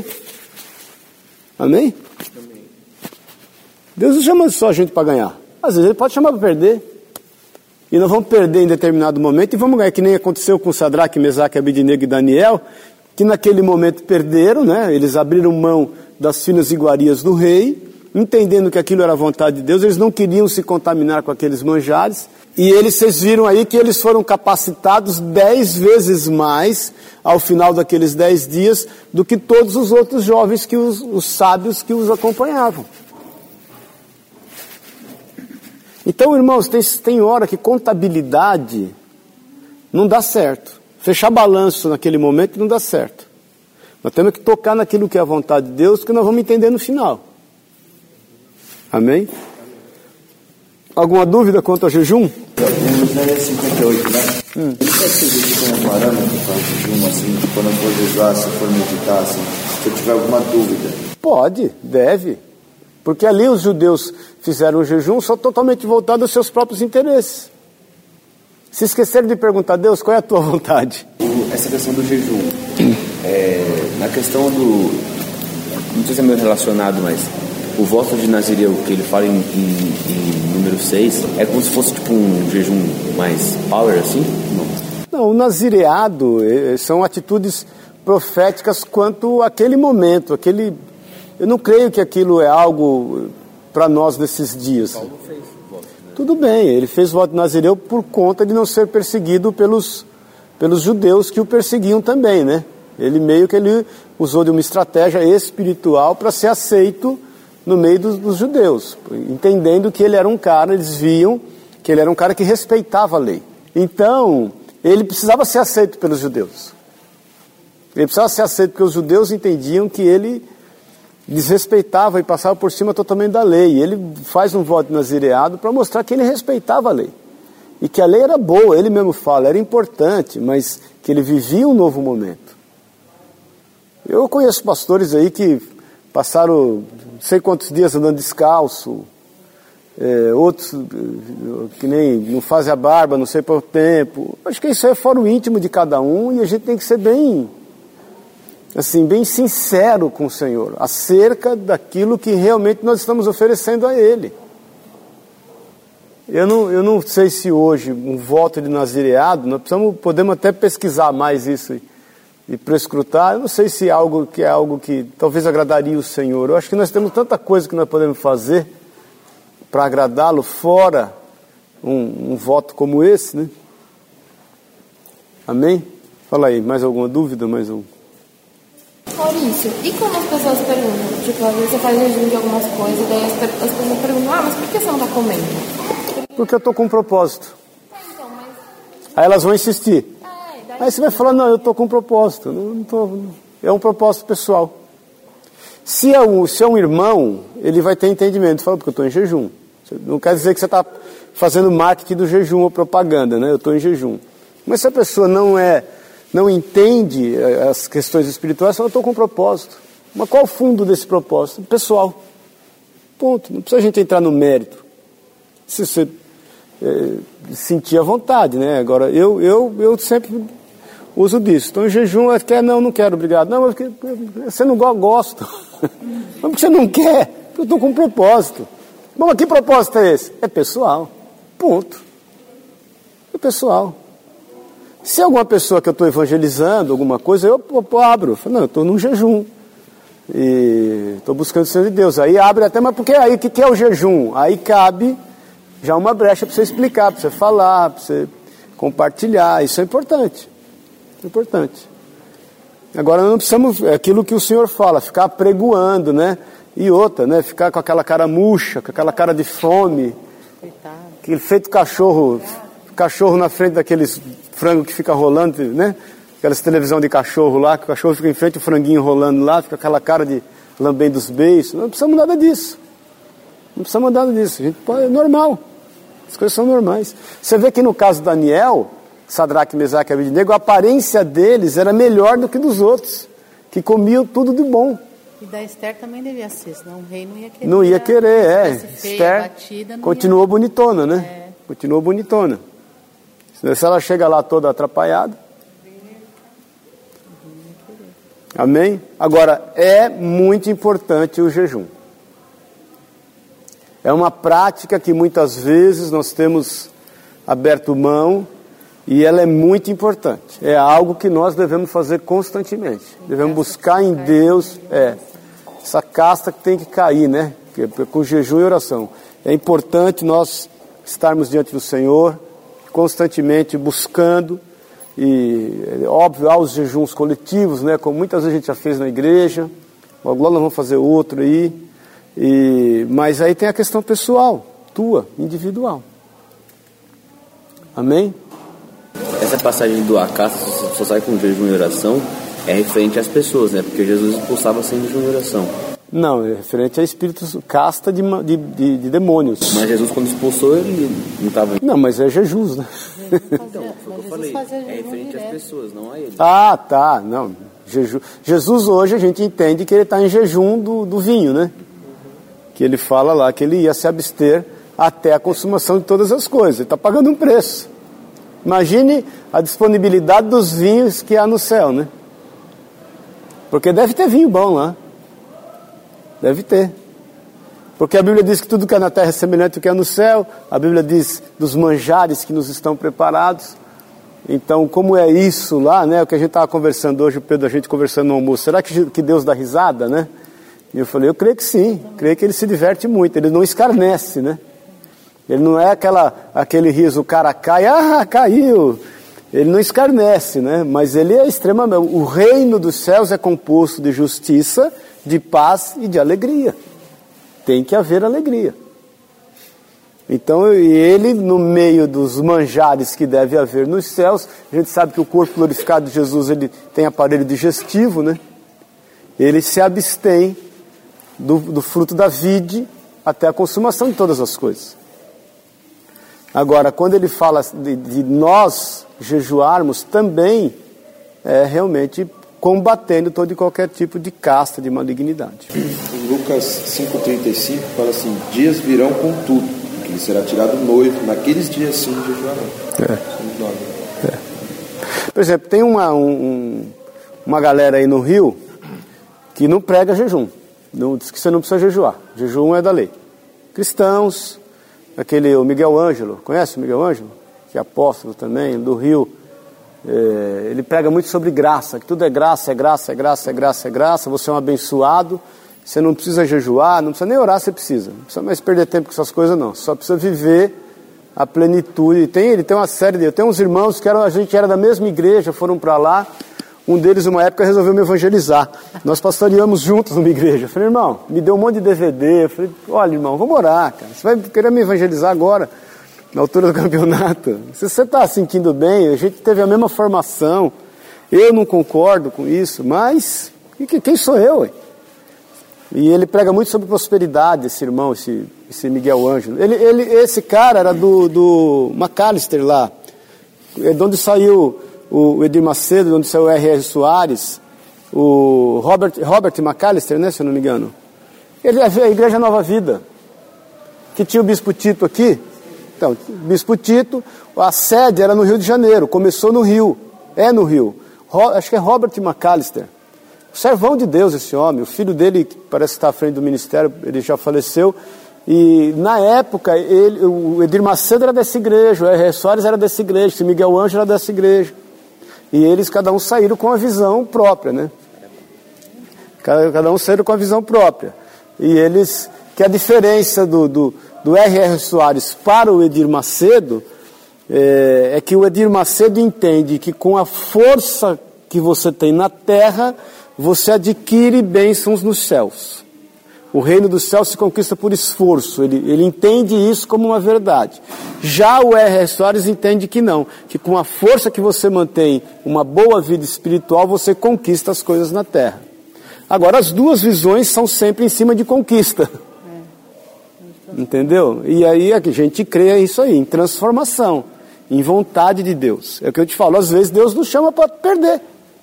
Amém? Amém? Deus não chama só a gente para ganhar. Às vezes Ele pode chamar para perder. E nós vamos perder em determinado momento e vamos ganhar, que nem aconteceu com Sadraque, Mesaque, Abednego e Daniel, que naquele momento perderam, né? Eles abriram mão das finas iguarias do rei, entendendo que aquilo era a vontade de Deus, eles não queriam se contaminar com aqueles manjares, e eles, vocês viram aí que eles foram capacitados dez vezes mais ao final daqueles dez dias do que todos os outros jovens, que os, os sábios que os acompanhavam. Então, irmãos, tem, tem hora que contabilidade não dá certo. Fechar balanço naquele momento não dá certo. Nós temos que tocar naquilo que é a vontade de Deus, que nós vamos entender no final. Amém? Alguma dúvida quanto ao jejum? Isaías cinquenta e oito, né? Hum. Ele pode ser visto como um parâmetro para o jejum, assim, quando eu for jejuar, se for meditar, assim, se eu tiver alguma dúvida? Pode, deve. Porque ali os judeus fizeram o jejum só totalmente voltado aos seus próprios interesses. Se esqueceram de perguntar a Deus, qual é a tua vontade? O, essa questão do jejum, é, na questão do... Não sei se é meio relacionado, mas o voto de Nazireu, que ele fala em, em, em número seis, é como se fosse tipo um jejum mais power, assim? Não, Não o nazireado eh, são atitudes proféticas quanto àquele momento, aquele... Eu não creio que aquilo é algo para nós nesses dias. Paulo fez o voto, né? Tudo bem, ele fez o voto de Nazireu por conta de não ser perseguido pelos, pelos judeus que o perseguiam também, né? Ele meio que ele usou de uma estratégia espiritual para ser aceito no meio dos, dos judeus, entendendo que ele era um cara, eles viam que ele era um cara que respeitava a lei. Então, ele precisava ser aceito pelos judeus. Ele precisava ser aceito porque os judeus entendiam que ele desrespeitava e passava por cima totalmente da lei. E ele faz um voto nazireado para mostrar que ele respeitava a lei. E que a lei era boa, ele mesmo fala, era importante, mas que ele vivia um novo momento. Eu conheço pastores aí que passaram não sei quantos dias andando descalço, é, outros que nem não fazem a barba, não sei por tempo. Acho que isso é fora o íntimo de cada um e a gente tem que ser bem, assim, bem sincero com o Senhor, acerca daquilo que realmente nós estamos oferecendo a Ele. Eu não, eu não sei se hoje um voto de nazireado, nós precisamos, podemos até pesquisar mais isso e, e prescrutar. Eu não sei se é algo que é algo que talvez agradaria o Senhor. Eu acho que nós temos tanta coisa que nós podemos fazer para agradá-lo fora um, um voto como esse, né? Amém? Fala aí, mais alguma dúvida? Mais um? Maurício, e quando as pessoas perguntam, tipo, às vezes você faz jejum de algumas coisas, daí as, as pessoas perguntam, ah, mas por que você não está comendo? Porque eu estou com um propósito. É, então, mas... Aí elas vão insistir. É, daí... Aí você vai falar, não, eu estou com um propósito. Não, não tô, é um propósito pessoal. Se é, um, se é um irmão, ele vai ter entendimento. Fala, porque eu estou em jejum. Não quer dizer que você está fazendo marketing do jejum ou propaganda, né? Eu estou em jejum. Mas se a pessoa não é... não entende as questões espirituais, eu estou com um propósito. Mas qual o fundo desse propósito? Pessoal. Ponto. Não precisa a gente entrar no mérito. Se você é, sentir à vontade, né? Agora, eu, eu, eu sempre uso disso. Então, em jejum, eu quero, não, não quero, obrigado. Não, mas você não gosta. Mas porque você não quer? Porque eu estou com um propósito. Bom, que propósito é esse? É pessoal. Ponto. É pessoal. Se alguma pessoa que eu estou evangelizando, alguma coisa, eu, eu abro. Eu falo, não, eu estou num jejum. E estou buscando o Senhor de Deus. Aí abre até, mas porque aí o que, que é o jejum? Aí cabe já uma brecha para você explicar, para você falar, para você compartilhar. Isso é importante. É importante. Agora não precisamos, é aquilo que o Senhor fala, ficar apregoando, né? E outra, né? Ficar com aquela cara murcha, com aquela cara de fome. Coitado. Aquele feito cachorro, cachorro na frente daqueles frango que fica rolando, né? Aquelas televisão de cachorro lá, que o cachorro fica em frente, o franguinho rolando lá, fica aquela cara de lambendo os beiços. Não precisamos nada disso. Não precisamos nada disso. A gente pode, é normal. As coisas são normais. Você vê que no caso de Daniel, Sadraque, Mesaque e Abednego, a aparência deles era melhor do que dos outros, que comiam tudo de bom. E da Esther também devia ser, senão o rei não ia querer. Não ia querer, é. Esther batida, continuou ia... bonitona, né? É. Continuou bonitona. Se ela chega lá toda atrapalhada. Amém? Agora, é muito importante o jejum. É uma prática que muitas vezes nós temos aberto mão e ela é muito importante. É algo que nós devemos fazer constantemente. Devemos buscar em Deus é, essa casta que tem que cair, né? Com jejum e oração. É importante nós estarmos diante do Senhor, constantemente buscando, e óbvio, há os jejuns coletivos, né, como muitas vezes a gente já fez na igreja, logo nós vamos fazer outro aí, e, mas aí tem a questão pessoal, tua, individual. Amém? Essa passagem do acaso, só sai com jejum e oração, é referente às pessoas, né, porque Jesus expulsava sem jejum e oração. Não, é referente a espíritos, casta de, de, de, de demônios. Mas Jesus, quando expulsou, ele não estava... Não, mas é Jesus, né? Então, foi o que eu falei, é referente às pessoas, não a ele. Ah, tá, não. Jeju... Jesus hoje a gente entende que ele está em jejum do, do vinho, né? Que ele fala lá que ele ia se abster até a consumação de todas as coisas. Ele está pagando um preço. Imagine a disponibilidade dos vinhos que há no céu, né? Porque deve ter vinho bom lá. Deve ter. Porque a Bíblia diz que tudo que é na terra é semelhante ao que é no céu. A Bíblia diz dos manjares que nos estão preparados. Então, como é isso lá, né? O que a gente estava conversando hoje, o Pedro, a gente conversando no almoço. Será que, que Deus dá risada, né? E eu falei, eu creio que sim. Creio que Ele se diverte muito. Ele não escarnece, né? Ele não é aquela, aquele riso, o cara cai, ah, caiu. Ele não escarnece, né? Mas Ele é extremamente... O reino dos céus é composto de justiça, de paz e de alegria. Tem que haver alegria. Então, ele, no meio dos manjares que deve haver nos céus, a gente sabe que o corpo glorificado de Jesus, ele tem aparelho digestivo, né? Ele se abstém do, do fruto da vide até a consumação de todas as coisas. Agora, quando ele fala de, de nós jejuarmos, também é realmente combatendo todo e qualquer tipo de casta, de malignidade. Em Lucas cinco, trinta e cinco fala assim, dias virão com tudo, que lhe será tirado o noivo, naqueles dias sim jejuarão. É. É. Por exemplo, tem uma, um, uma galera aí no Rio que não prega jejum, não, diz que você não precisa jejuar, jejum é da lei. Cristãos, aquele o Miguel Ângelo, conhece o Miguel Ângelo? Que é apóstolo também, do Rio. É, ele prega muito sobre graça, que tudo é graça, é graça, é graça, é graça, é graça, você é um abençoado, você não precisa jejuar, não precisa nem orar, você precisa, não precisa mais perder tempo com essas coisas não, só precisa viver a plenitude. Tem, ele tem uma série de, eu tenho uns irmãos que eram, a gente era da mesma igreja, foram para lá, um deles uma época resolveu me evangelizar, nós pastoreamos juntos numa igreja, eu falei, irmão, me deu um monte de D V D, eu falei, olha irmão, vamos orar, cara, você vai querer me evangelizar agora? Na altura do campeonato, se você está sentindo bem, a gente teve a mesma formação, eu não concordo com isso, mas quem sou eu? Ué? E ele prega muito sobre prosperidade, esse irmão, esse, esse Miguel Ângelo. Ele, ele, esse cara era do, do McAllister lá, é de onde saiu o Edir Macedo, de onde saiu o R R Soares, o Robert, Robert McAllister, né, se eu não me engano. Ele é a Igreja Nova Vida, que tinha o Bispo Tito aqui. Então, Bispo Tito, a sede era no Rio de Janeiro, começou no Rio, é no Rio. Ro, acho que é Robert McAllister. Servão de Deus esse homem, o filho dele parece estar à frente do ministério, ele já faleceu. E na época, ele, o Edir Macedo era dessa igreja, o R R Soares era dessa igreja, o Miguel Ângelo era dessa igreja. E eles, cada um saíram com a visão própria, né? Cada, cada um saíram com a visão própria. E eles, que a diferença do... do do R R Soares para o Edir Macedo, é, é que o Edir Macedo entende que com a força que você tem na terra, você adquire bênçãos nos céus. O reino dos céus se conquista por esforço, ele, ele entende isso como uma verdade. Já o R R Soares entende que não, que com a força que você mantém uma boa vida espiritual, você conquista as coisas na terra. Agora, as duas visões são sempre em cima de conquista. Entendeu? E aí a gente crê isso aí, em transformação, em vontade de Deus. É o que eu te falo, às vezes Deus nos chama para perder.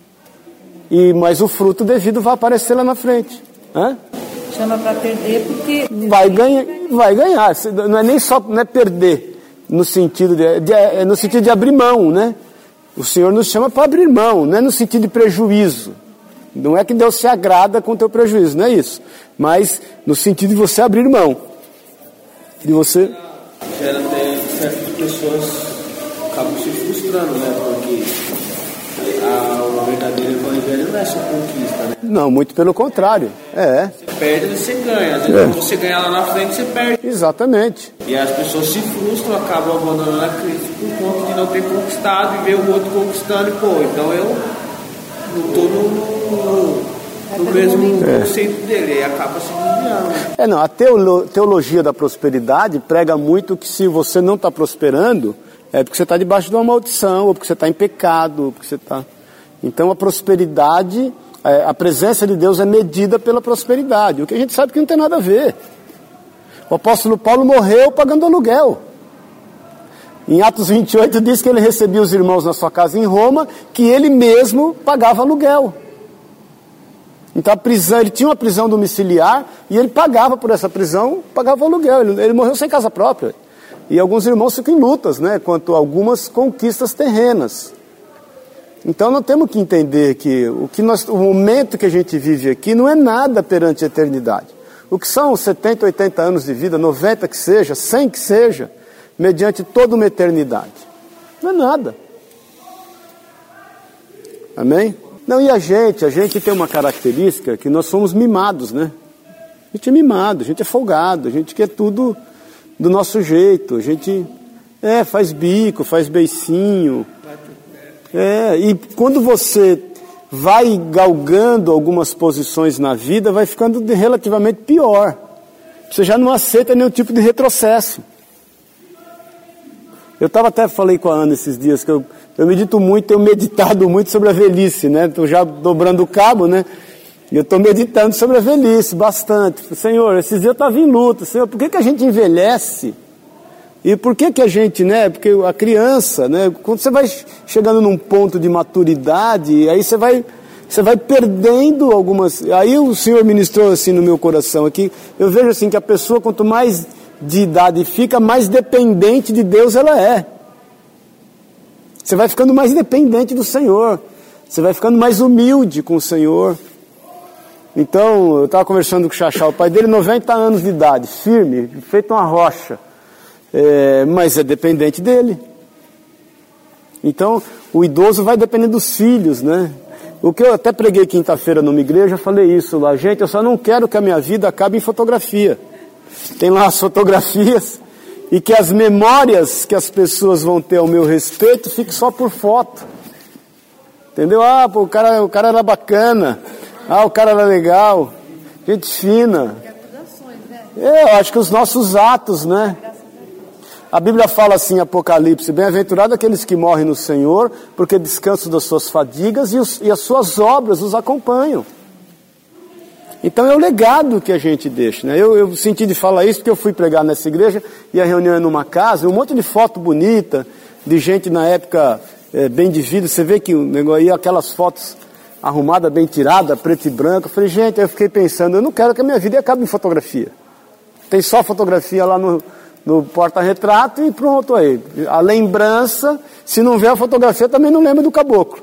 E, mas o fruto devido vai aparecer lá na frente. Hã? Chama para perder porque... Vai ganhar, vai ganhar. Não é nem só não é perder, no sentido de, de, é no sentido de abrir mão, né? O Senhor nos chama para abrir mão, não é no sentido de prejuízo. Não é que Deus se agrada com o teu prejuízo, não é isso. Mas no sentido de você abrir mão. De você... Gera até certas pessoas acabam se frustrando, né? Porque a, o verdadeiro evangelho não é só conquista, né? Não, muito pelo contrário. É. Você perde, você ganha. Às vezes, é. Quando você ganhar lá na frente, você perde. Exatamente. E as pessoas se frustram, acabam abandonando a Cristo por conta de não ter conquistado e ver o outro conquistando. E, pô, então eu não estou no... no mesmo é. conceito dele, e acaba se desviando. É, não, a teolo, teologia da prosperidade prega muito que se você não está prosperando, é porque você está debaixo de uma maldição, ou porque você está em pecado, ou porque você está... Então a prosperidade, é, a presença de Deus é medida pela prosperidade, o que a gente sabe que não tem nada a ver. O apóstolo Paulo morreu pagando aluguel. Em Atos vinte e oito diz que ele recebia os irmãos na sua casa em Roma, que ele mesmo pagava aluguel. Então a prisão, ele tinha uma prisão domiciliar e ele pagava por essa prisão, pagava o aluguel. Ele, ele morreu sem casa própria. E alguns irmãos ficam em lutas, né, quanto a algumas conquistas terrenas. Então nós temos que entender que o, que nós, o momento que a gente vive aqui não é nada perante a eternidade. O que são setenta, oitenta anos de vida, noventa que seja, cem que seja, mediante toda uma eternidade? Não é nada. Amém? Não, e a gente, a gente tem uma característica que nós somos mimados, né? A gente é mimado, a gente é folgado, a gente quer tudo do nosso jeito, a gente é, faz bico, faz beicinho. É, e quando você vai galgando algumas posições na vida, vai ficando relativamente pior. Você já não aceita nenhum tipo de retrocesso. Eu tava até falei com a Ana esses dias que eu, eu medito muito, tenho meditado muito sobre a velhice, né? Estou já dobrando o cabo, né? E eu estou meditando sobre a velhice bastante. Senhor, esses dias eu estava em luta. Senhor, por que que a gente envelhece? E por que que a gente, né? Porque a criança, né? Quando você vai chegando num ponto de maturidade, aí você vai, você vai perdendo algumas... Aí o Senhor ministrou assim no meu coração aqui. Eu vejo assim que a pessoa, quanto mais de idade fica, mais dependente de Deus ela é. Você vai ficando mais dependente do Senhor. Você vai ficando mais humilde com o Senhor. Então, eu estava conversando com o Xaxá, o pai dele, noventa anos de idade, firme, feito uma rocha. É, mas é dependente dele. Então, o idoso vai depender dos filhos, né? O que eu até preguei quinta-feira numa igreja, falei isso lá. Gente, eu só não quero que a minha vida acabe em fotografia. Tem lá as fotografias e que as memórias que as pessoas vão ter ao meu respeito fiquem só por foto. Entendeu? Ah, pô, o cara, o cara era bacana. Ah, o cara era legal. Gente fina. É, eu acho que os nossos atos, né? A Bíblia fala assim em Apocalipse: bem-aventurado aqueles que morrem no Senhor, porque descansam das suas fadigas e, os, e as suas obras os acompanham. Então é o legado que a gente deixa, né? Eu, eu senti de falar isso porque eu fui pregar nessa igreja e a reunião é numa casa, um monte de foto bonita, de gente na época é, bem de vida. Você vê que o negócio aí, aquelas fotos arrumadas, bem tiradas, preto e branco. Eu falei, gente, eu fiquei pensando, eu não quero que a minha vida acabe em fotografia. Tem só fotografia lá no, no porta-retrato e pronto aí. A lembrança, se não vê a fotografia, também não lembra do caboclo.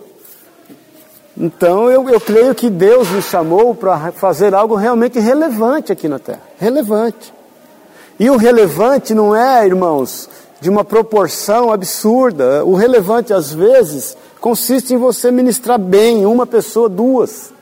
Então eu, eu creio que Deus me chamou para fazer algo realmente relevante aqui na Terra. Relevante. E o relevante não é, irmãos, de uma proporção absurda. O relevante, às vezes, consiste em você ministrar bem uma pessoa, duas.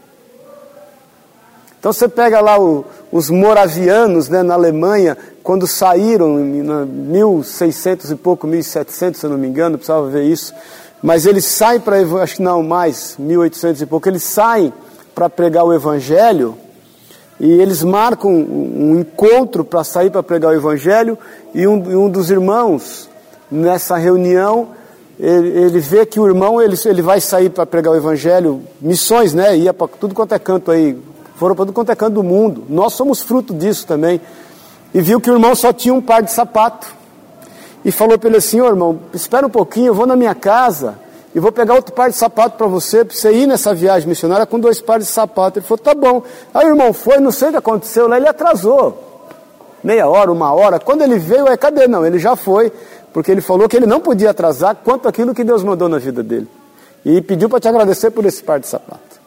Então você pega lá o, os moravianos, né, na Alemanha, quando saíram em mil e seiscentos e pouco, mil e setecentos, se eu não me engano, precisava ver isso. Mas eles saem para, acho que não, mais, mil e oitocentos e pouco, eles saem para pregar o Evangelho, e eles marcam um, um encontro para sair para pregar o Evangelho, e um, um dos irmãos, nessa reunião, ele, ele vê que o irmão, ele, ele vai sair para pregar o Evangelho, missões, né, ia para tudo quanto é canto aí, foram para tudo quanto é canto do mundo, nós somos fruto disso também, e viu que o irmão só tinha um par de sapato, e falou para ele assim: ô irmão, espera um pouquinho, eu vou na minha casa e vou pegar outro par de sapato para você, para você ir nessa viagem missionária com dois pares de sapato. Ele falou, tá bom. Aí o irmão foi, não sei o que aconteceu lá, ele atrasou, meia hora, uma hora, quando ele veio, é, cadê? Não, ele já foi, porque ele falou que ele não podia atrasar quanto aquilo que Deus mandou na vida dele, e pediu para te agradecer por esse par de sapato.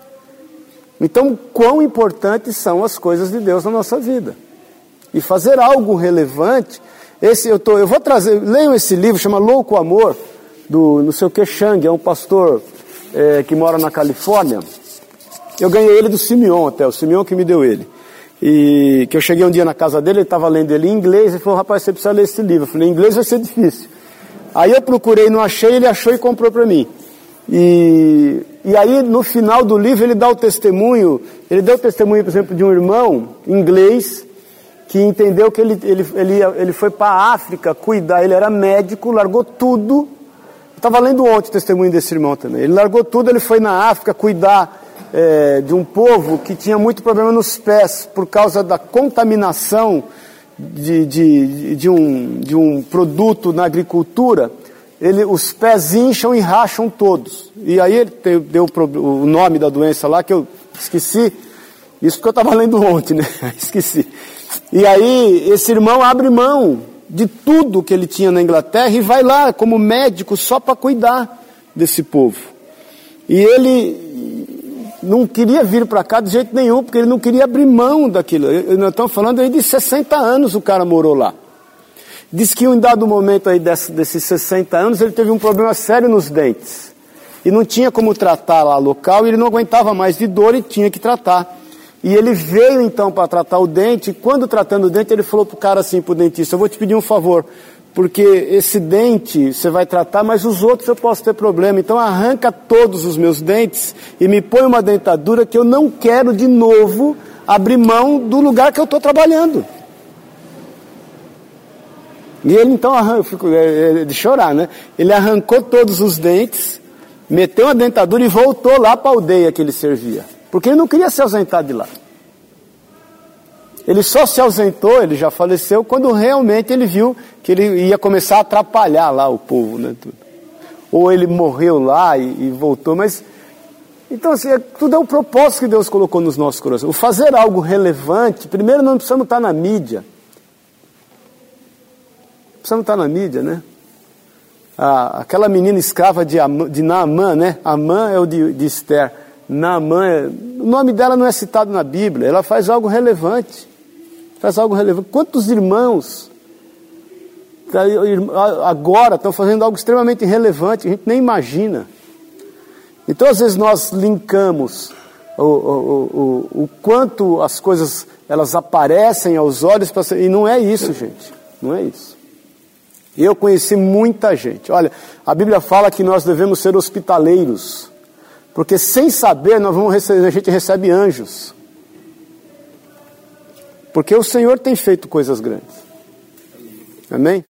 Então, quão importantes são as coisas de Deus na nossa vida, e fazer algo relevante. Esse, eu, tô, eu vou trazer, leiam esse livro, chama Louco Amor, do não sei o que Chang, é um pastor é, que mora na Califórnia. Eu ganhei ele do Simeon até, o Simeon que me deu ele. E que eu cheguei um dia na casa dele, ele estava lendo ele em inglês, ele falou, rapaz, você precisa ler esse livro. Eu falei, em inglês vai ser difícil. Aí eu procurei, não achei, ele achou e comprou para mim. E, e aí no final do livro ele dá o testemunho, ele deu o testemunho, por exemplo, de um irmão inglês, que entendeu que ele, ele, ele, ele foi para a África cuidar, ele era médico, largou tudo. Estava lendo ontem o testemunho desse irmão também. Ele largou tudo, ele foi na África cuidar é, de um povo que tinha muito problema nos pés, por causa da contaminação de, de, de, um, de um produto na agricultura. Ele, os pés incham e racham todos. E aí ele deu o nome da doença lá, que eu esqueci. Isso que eu estava lendo ontem, né? Esqueci. E aí esse irmão abre mão de tudo que ele tinha na Inglaterra e vai lá como médico só para cuidar desse povo. E ele não queria vir para cá de jeito nenhum, porque ele não queria abrir mão daquilo. Nós estamos falando aí de sessenta anos o cara morou lá. Diz que em um dado momento aí desse, desses sessenta anos ele teve um problema sério nos dentes. E não tinha como tratar lá local, e ele não aguentava mais de dor e tinha que tratar. E ele veio então para tratar o dente, e quando tratando o dente ele falou para o cara assim, para o dentista, eu vou te pedir um favor, porque esse dente você vai tratar, mas os outros eu posso ter problema, então arranca todos os meus dentes e me põe uma dentadura que eu não quero de novo abrir mão do lugar que eu estou trabalhando. E ele então, eu fico é, de chorar, né? Ele arrancou todos os dentes, meteu a dentadura e voltou lá para a aldeia que ele servia. Porque ele não queria se ausentar de lá. Ele só se ausentou, ele já faleceu, quando realmente ele viu que ele ia começar a atrapalhar lá o povo, né? Tudo. Ou ele morreu lá e, e voltou, mas... Então, assim, é, tudo é o propósito que Deus colocou nos nossos corações. O fazer algo relevante, primeiro não precisamos estar na mídia. Precisamos estar na mídia, né? Ah, aquela menina escrava de, Am, de Naamã, né? Amã é o de, de Esther. Naamã, é, o nome dela não é citado na Bíblia. Ela faz algo relevante. Faz algo relevante. Quantos irmãos agora estão fazendo algo extremamente irrelevante, a gente nem imagina. Então, às vezes, nós linkamos o, o, o, o quanto as coisas elas aparecem aos olhos, pra ser, e não é isso, gente. Não é isso. Eu conheci muita gente. Olha, a Bíblia fala que nós devemos ser hospitaleiros, porque sem saber nós vamos receber, a gente recebe anjos. Porque o Senhor tem feito coisas grandes. Amém?